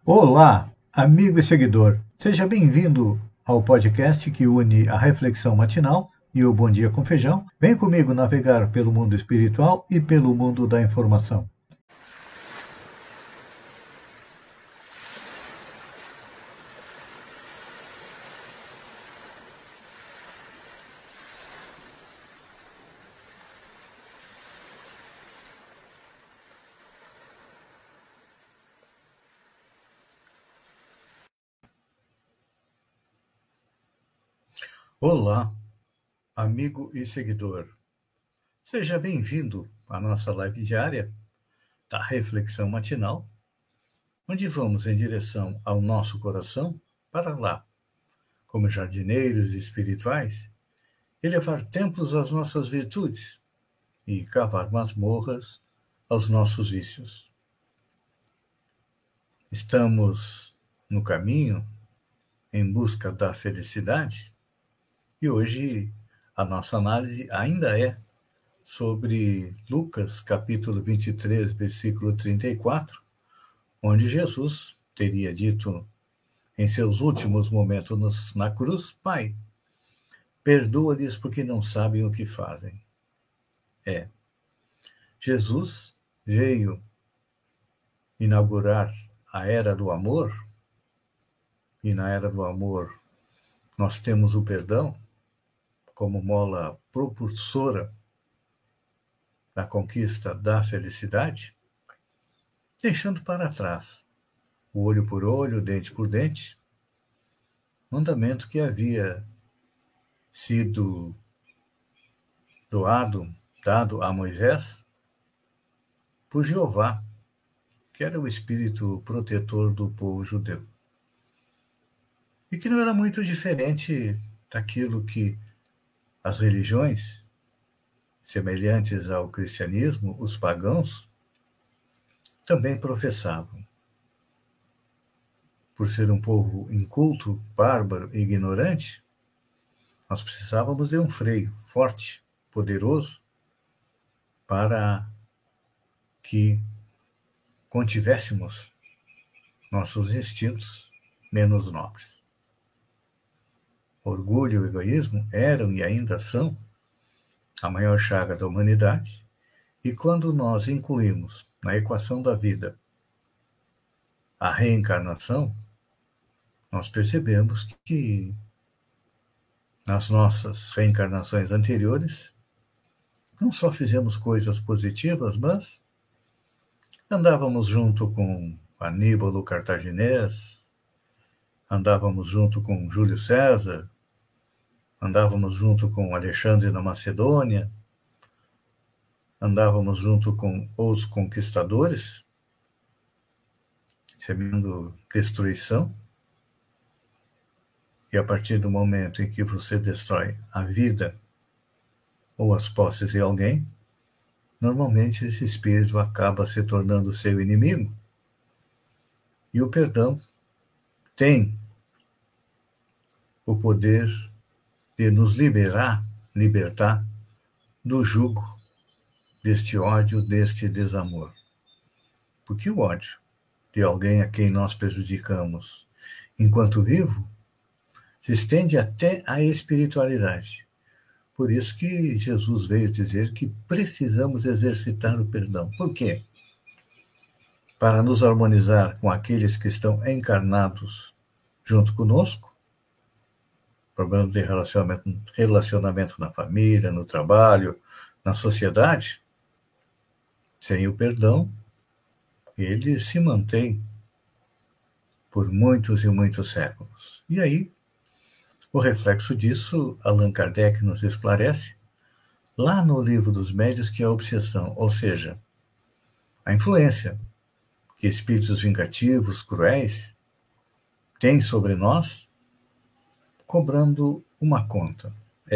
Olá, amigo e seguidor. Seja bem-vindo ao podcast que une a reflexão matinal e o Bom Dia com Feijão. Vem comigo navegar pelo mundo espiritual e pelo mundo da informação. Olá, amigo e seguidor. Seja bem-vindo à nossa live diária da reflexão matinal, onde vamos em direção ao nosso coração para lá, como jardineiros espirituais, elevar templos às nossas virtudes e cavar masmorras aos nossos vícios. Estamos no caminho em busca da felicidade e hoje a nossa análise ainda é sobre Lucas, capítulo 23, versículo 34, onde Jesus teria dito em seus últimos momentos na cruz: Pai, perdoa-lhes porque não sabem o que fazem. Jesus veio inaugurar a era do amor, e na era do amor nós temos o perdão como mola propulsora da conquista da felicidade, deixando para trás o olho por olho, dente por dente, mandamento que havia sido dado a Moisés por Jeová, que era o espírito protetor do povo judeu. E que não era muito diferente daquilo que as religiões semelhantes ao cristianismo, os pagãos, também professavam. Por ser um povo inculto, bárbaro e ignorante, nós precisávamos de um freio forte, poderoso, para que contivéssemos nossos instintos menos nobres. Orgulho e egoísmo eram e ainda são a maior chaga da humanidade, e quando nós incluímos na equação da vida a reencarnação, nós percebemos que nas nossas reencarnações anteriores não só fizemos coisas positivas, mas andávamos junto com Aníbal Cartaginês, andávamos junto com Júlio César, andávamos junto com Alexandre da Macedônia, andávamos junto com os conquistadores, semeando destruição. E a partir do momento em que você destrói a vida ou as posses de alguém, normalmente esse espírito acaba se tornando seu inimigo. E o perdão tem o poder de nos libertar do jugo deste ódio, deste desamor. Porque o ódio de alguém a quem nós prejudicamos enquanto vivo se estende até a espiritualidade. Por isso que Jesus veio dizer que precisamos exercitar o perdão. Por quê? Para nos harmonizar com aqueles que estão encarnados junto conosco, problemas de relacionamento na família, no trabalho, na sociedade. Sem o perdão, ele se mantém por muitos e muitos séculos. E aí, o reflexo disso, Allan Kardec nos esclarece, lá no Livro dos Médiuns, que é a obsessão, ou seja, a influência que espíritos vingativos, cruéis, têm sobre nós, cobrando uma conta.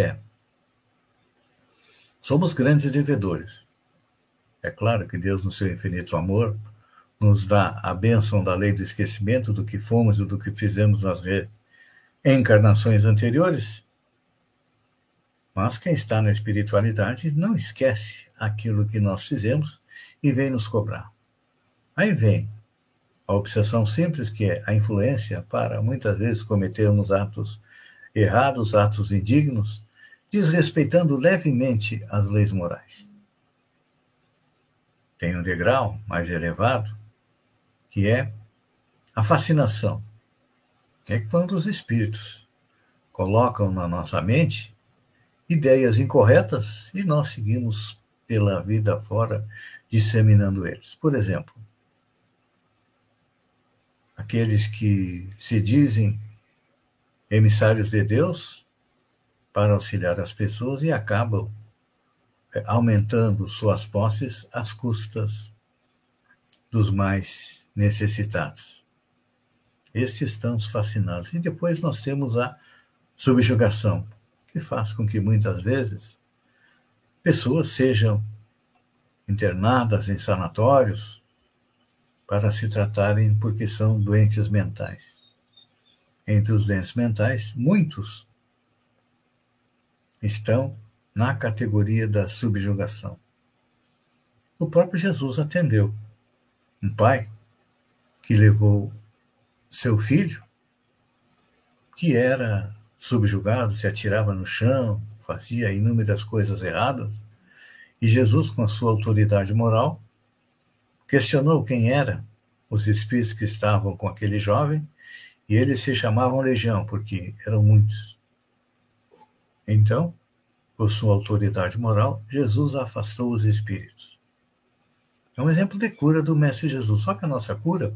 Somos grandes devedores. É claro que Deus, no seu infinito amor, nos dá a bênção da lei do esquecimento do que fomos e do que fizemos nas reencarnações anteriores, mas quem está na espiritualidade não esquece aquilo que nós fizemos e vem nos cobrar. Aí vem A obsessão simples, que é a influência para, muitas vezes, cometermos atos errados, atos indignos, desrespeitando levemente as leis morais. Tem um degrau mais elevado, que é a fascinação. É quando os espíritos colocam na nossa mente ideias incorretas e nós seguimos pela vida fora disseminando eles. Por exemplo, aqueles que se dizem emissários de Deus para auxiliar as pessoas e acabam aumentando suas posses às custas dos mais necessitados. Estes estão fascinados. E depois nós temos a subjugação, que faz com que muitas vezes pessoas sejam internadas em sanatórios para se tratarem porque são doentes mentais. Entre os doentes mentais, muitos estão na categoria da subjugação. O próprio Jesus atendeu um pai que levou seu filho, que era subjugado, se atirava no chão, fazia inúmeras coisas erradas, e Jesus, com a sua autoridade moral, questionou quem eram os espíritos que estavam com aquele jovem, e eles se chamavam Legião, porque eram muitos. Então, por sua autoridade moral, Jesus afastou os espíritos. É um exemplo de cura do Mestre Jesus. Só que a nossa cura,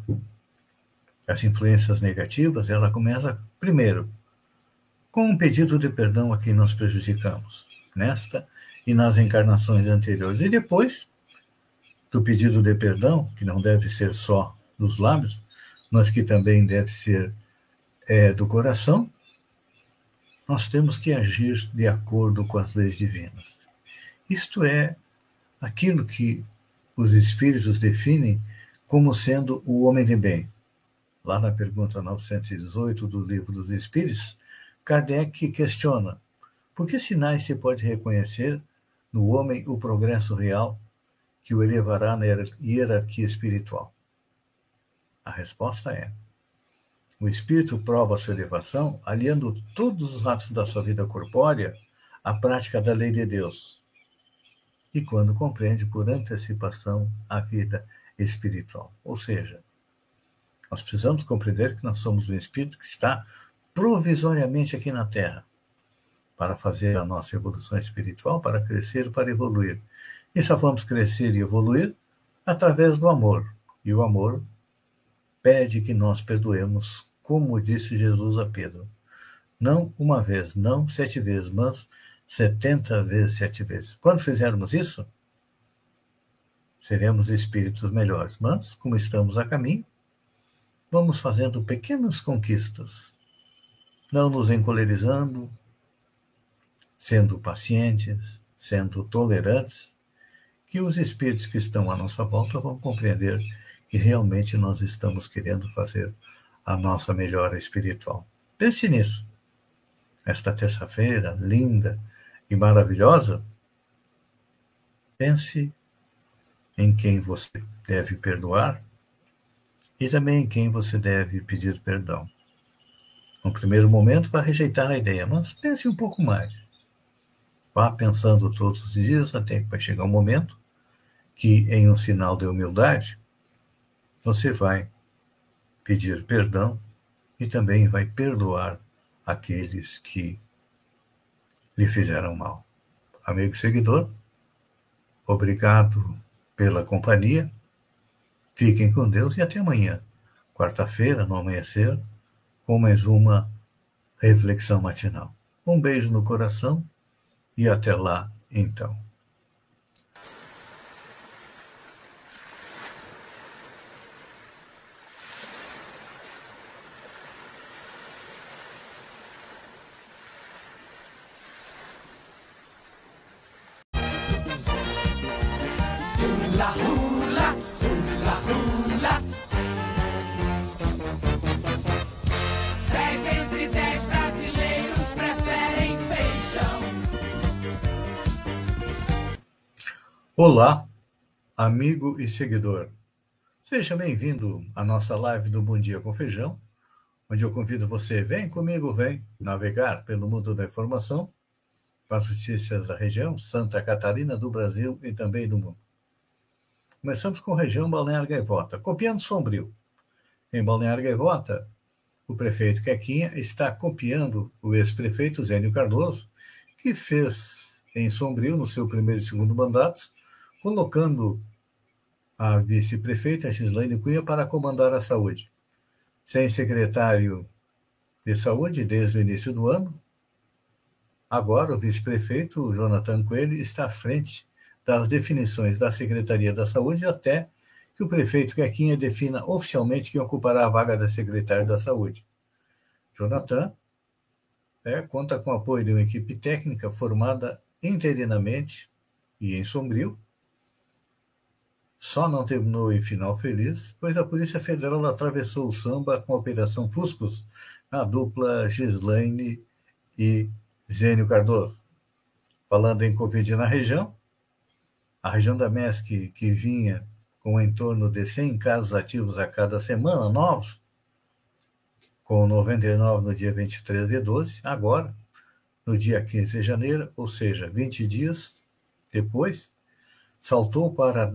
as influências negativas, ela começa, primeiro, com um pedido de perdão a quem nós prejudicamos, nesta e nas encarnações anteriores. E depois do pedido de perdão, que não deve ser só dos lábios, mas que também deve ser do coração, nós temos que agir de acordo com as leis divinas. Isto é aquilo que os espíritos definem como sendo o homem de bem. Lá na pergunta 918 do Livro dos Espíritos, Kardec questiona: por que sinais se pode reconhecer no homem o progresso real que o elevará na hierarquia espiritual? A resposta é: o espírito prova a sua elevação aliando todos os atos da sua vida corpórea à prática da lei de Deus, e quando compreende por antecipação a vida espiritual. Ou seja, nós precisamos compreender que nós somos um espírito que está provisoriamente aqui na Terra para fazer a nossa evolução espiritual, para crescer, para evoluir. E só vamos crescer e evoluir através do amor. E o amor pede que nós perdoemos, como disse Jesus a Pedro. Não uma vez, não 7 vezes, mas 70 vezes 7 vezes. Quando fizermos isso, seremos espíritos melhores. Mas, como estamos a caminho, vamos fazendo pequenas conquistas, não nos encolerizando, sendo pacientes, sendo tolerantes, que os espíritos que estão à nossa volta vão compreender que realmente nós estamos querendo fazer a nossa melhora espiritual. Pense nisso. Esta terça-feira, linda e maravilhosa, pense em quem você deve perdoar e também em quem você deve pedir perdão. No primeiro momento, vai rejeitar a ideia, mas pense um pouco mais. Vá pensando todos os dias até que vai chegar um momento que, em um sinal de humildade, você vai pedir perdão e também vai perdoar aqueles que lhe fizeram mal. Amigo e seguidor, obrigado pela companhia. Fiquem com Deus e até amanhã, quarta-feira, no amanhecer, com mais uma reflexão matinal. Um beijo no coração e até lá, então. Hula, hula, hula, hula. 10 entre 10 brasileiros preferem feijão. Olá, amigo e seguidor. Seja bem-vindo à nossa live do Bom Dia com Feijão, onde eu convido você, vem comigo, vem navegar pelo mundo da informação, com as notícias da região, Santa Catarina, do Brasil e também do mundo. Começamos com a região Balneário Gaivota, copiando Sombrio. Em Balneário Gaivota, o prefeito Quequinha está copiando o ex-prefeito Zênio Cardoso, que fez em Sombrio, no seu primeiro e segundo mandatos, colocando a vice-prefeita Gislaine Cunha para comandar a saúde. Sem secretário de saúde desde o início do ano, agora o vice-prefeito Jonathan Coelho está à frente das definições da Secretaria da Saúde até que o prefeito Quequinha defina oficialmente quem ocupará a vaga da secretária da Saúde. Jonathan conta com o apoio de uma equipe técnica formada interinamente e em Sombrio. Só não terminou em final feliz, pois a Polícia Federal atravessou o samba com a Operação Fuscos, na dupla Gislaine e Zênio Cardoso. Falando em Covid na região, a região da MESC, que vinha com em torno de 100 casos ativos a cada semana, novos, com 99 no dia 23 de 12, agora, no dia 15 de janeiro, ou seja, 20 dias depois, saltou para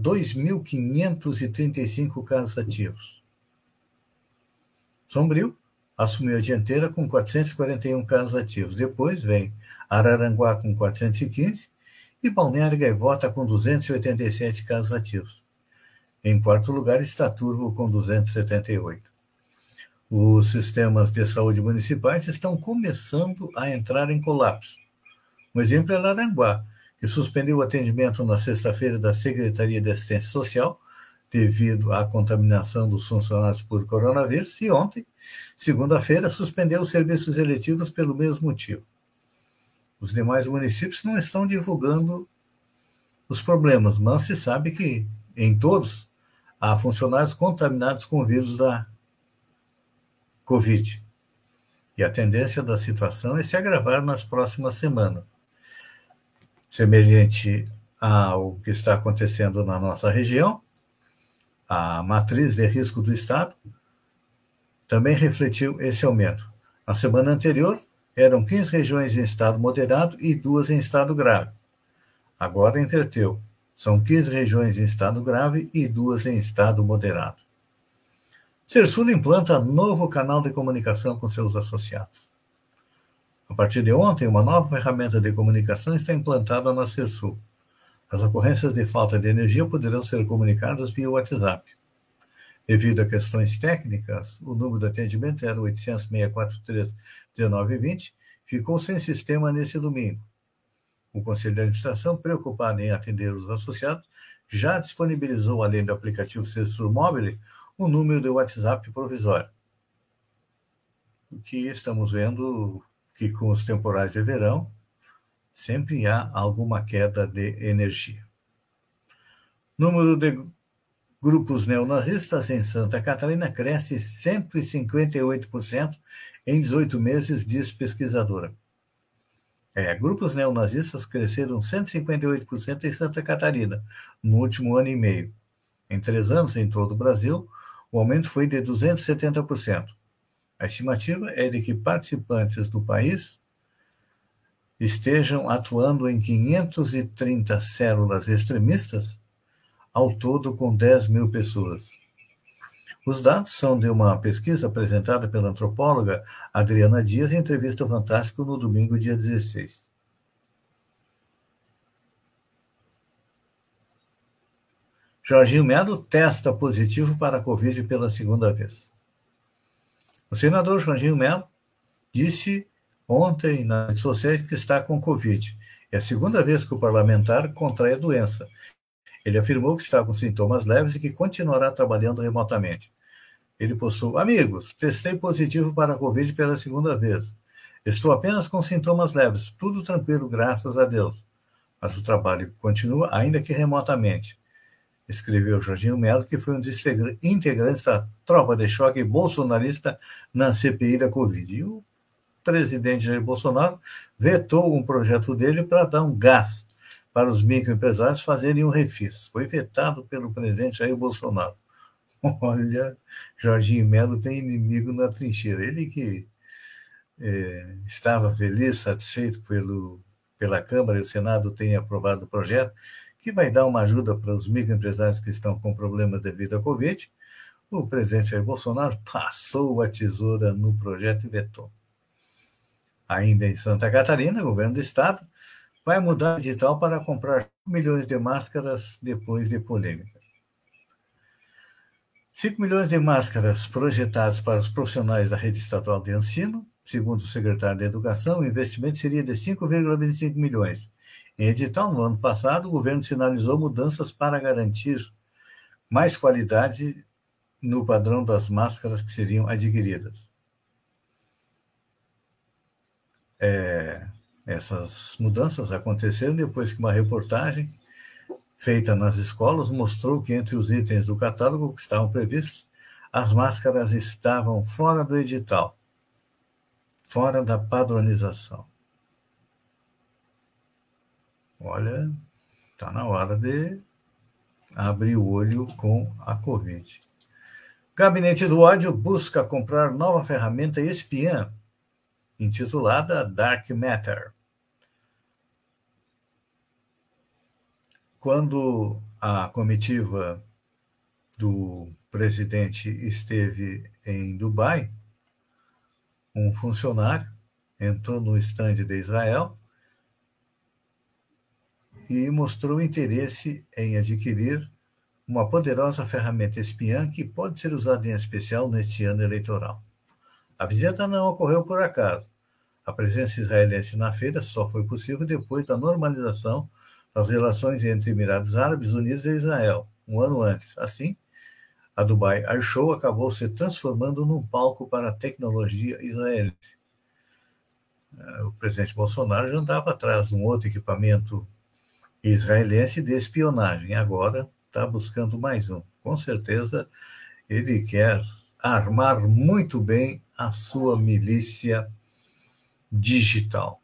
2.535 casos ativos. Sombrio assumiu a dianteira com 441 casos ativos. Depois vem Araranguá com 415 e Balneário Gaivota com 287 casos ativos. Em quarto lugar está Turvo com 278. Os sistemas de saúde municipais estão começando a entrar em colapso. Um exemplo é Araranguá, que suspendeu o atendimento na sexta-feira da Secretaria de Assistência Social devido à contaminação dos funcionários por coronavírus e ontem, segunda-feira, suspendeu os serviços eletivos pelo mesmo motivo. Os demais municípios não estão divulgando os problemas, mas se sabe que em todos há funcionários contaminados com o vírus da Covid. E a tendência da situação é se agravar nas próximas semanas. Semelhante ao que está acontecendo na nossa região, a matriz de risco do Estado também refletiu esse aumento. Na semana anterior, eram 15 regiões em estado moderado e 2 em estado grave. Agora inverteu. São 15 regiões em estado grave e 2 em estado moderado. Sersul implanta novo canal de comunicação com seus associados. A partir de ontem, uma nova ferramenta de comunicação está implantada na Sersul. As ocorrências de falta de energia poderão ser comunicadas via WhatsApp. Devido a questões técnicas, o número de atendimento era 800-643-1920, ficou sem sistema nesse domingo. O Conselho de Administração, preocupado em atender os associados, já disponibilizou, além do aplicativo Sersul Mobile, o número de WhatsApp provisório. O que estamos vendo que com os temporais de verão, sempre há alguma queda de energia. Número de grupos neonazistas em Santa Catarina cresce 158% em 18 meses, diz pesquisadora. Grupos neonazistas cresceram 158% em Santa Catarina no último ano e meio. Em 3 anos, em todo o Brasil, o aumento foi de 270%. A estimativa é de que participantes do país estejam atuando em 530 células extremistas, ao todo com 10 mil pessoas. Os dados são de uma pesquisa apresentada pela antropóloga Adriana Dias em entrevista Fantástico no domingo, dia 16. Jorginho Melo testa positivo para a Covid pela segunda vez. O senador Jorginho Melo disse ontem na rede social que está com Covid. É a segunda vez que o parlamentar contrai a doença. Ele afirmou que está com sintomas leves e que continuará trabalhando remotamente. Ele postou: amigos, testei positivo para a Covid pela segunda vez. Estou apenas com sintomas leves, tudo tranquilo, graças a Deus. Mas o trabalho continua, ainda que remotamente. Escreveu Jorginho Melo, que foi um dos integrantes da tropa de choque bolsonarista na CPI da Covid. E o presidente Jair Bolsonaro vetou um projeto dele para dar um gás para os microempresários fazerem um refis. Foi vetado pelo presidente Jair Bolsonaro. Olha, Jorginho Melo tem inimigo na trincheira. Ele que estava feliz, satisfeito pela Câmara e o Senado tem aprovado o projeto, que vai dar uma ajuda para os microempresários que estão com problemas devido à Covid. O presidente Jair Bolsonaro passou a tesoura no projeto e vetou. Ainda em Santa Catarina, o governo do estado vai mudar o edital para comprar 5 milhões de máscaras depois de polêmica. 5 milhões de máscaras projetadas para os profissionais da rede estadual de ensino. Segundo o secretário da Educação, o investimento seria de 5,25 milhões. Em edital, no ano passado, o governo sinalizou mudanças para garantir mais qualidade no padrão das máscaras que seriam adquiridas. Essas mudanças aconteceram depois que uma reportagem feita nas escolas mostrou que entre os itens do catálogo que estavam previstos, as máscaras estavam fora do edital, fora da padronização. Olha, está na hora de abrir o olho com a Covid. Gabinete do Ódio busca comprar nova ferramenta espiã, intitulada Dark Matter. Quando a comitiva do presidente esteve em Dubai, um funcionário entrou no estande de Israel e mostrou interesse em adquirir uma poderosa ferramenta espiã que pode ser usada em especial neste ano eleitoral. A visita não ocorreu por acaso. A presença israelense na feira só foi possível depois da normalização das relações entre Emirados Árabes Unidos e Israel, um ano antes. Assim, a Dubai Air Show acabou se transformando num palco para a tecnologia israelense. O presidente Bolsonaro já andava atrás de um outro equipamento israelense de espionagem. Agora está buscando mais um. Com certeza, ele quer armar muito bem a sua milícia digital.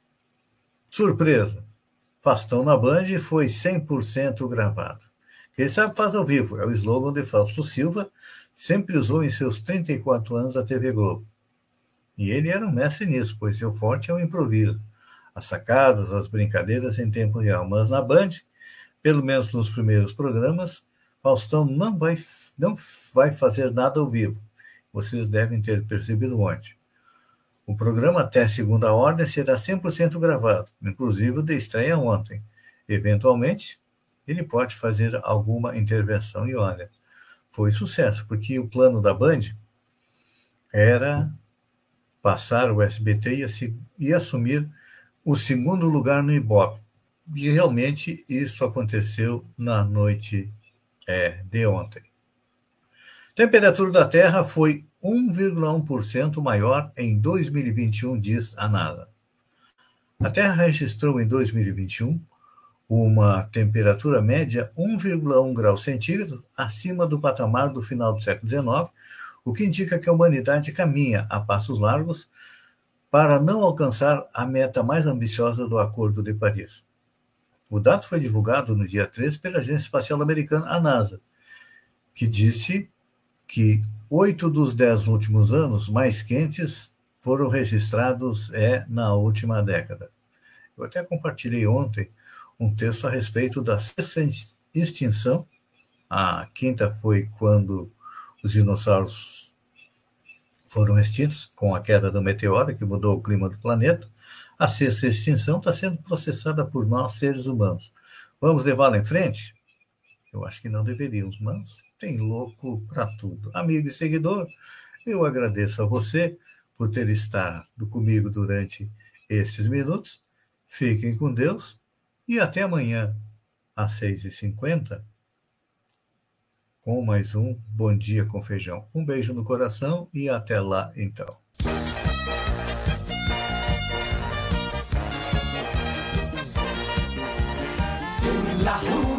Surpresa! Faustão na Band foi 100% gravado. Quem sabe faz ao vivo. É o slogan de Fausto Silva, sempre usou em seus 34 anos a TV Globo. E ele era um mestre nisso, pois seu forte é o improviso. As sacadas, as brincadeiras em tempo real. Mas na Band, pelo menos nos primeiros programas, Faustão não vai fazer nada ao vivo. Vocês devem ter percebido ontem. O programa até segunda ordem será 100% gravado, inclusive o de estreia ontem. Eventualmente, ele pode fazer alguma intervenção. E olha, foi sucesso, porque o plano da Band era passar o SBT e assumir o segundo lugar no Ibope. E realmente isso aconteceu na noite de ontem. Temperatura da Terra foi 1,1% maior em 2021, diz a NASA. A Terra registrou em 2021 uma temperatura média 1,1 graus centígrados acima do patamar do final do século XIX, o que indica que a humanidade caminha a passos largos para não alcançar a meta mais ambiciosa do Acordo de Paris. O dado foi divulgado no dia 13 pela Agência Espacial Americana, a NASA, que disse que 8 dos 10 últimos anos mais quentes foram registrados na última década. Eu até compartilhei ontem um texto a respeito da sexta extinção. A quinta foi quando os dinossauros foram extintos, com a queda do meteoro, que mudou o clima do planeta. A sexta extinção está sendo processada por nós, seres humanos. Vamos levá-la em frente? Eu acho que não deveríamos, mas tem louco para tudo. Amigo e seguidor, eu agradeço a você por ter estado comigo durante esses minutos. Fiquem com Deus e até amanhã, às 6h50, com mais um Bom Dia com Feijão. Um beijo no coração e até lá, então. La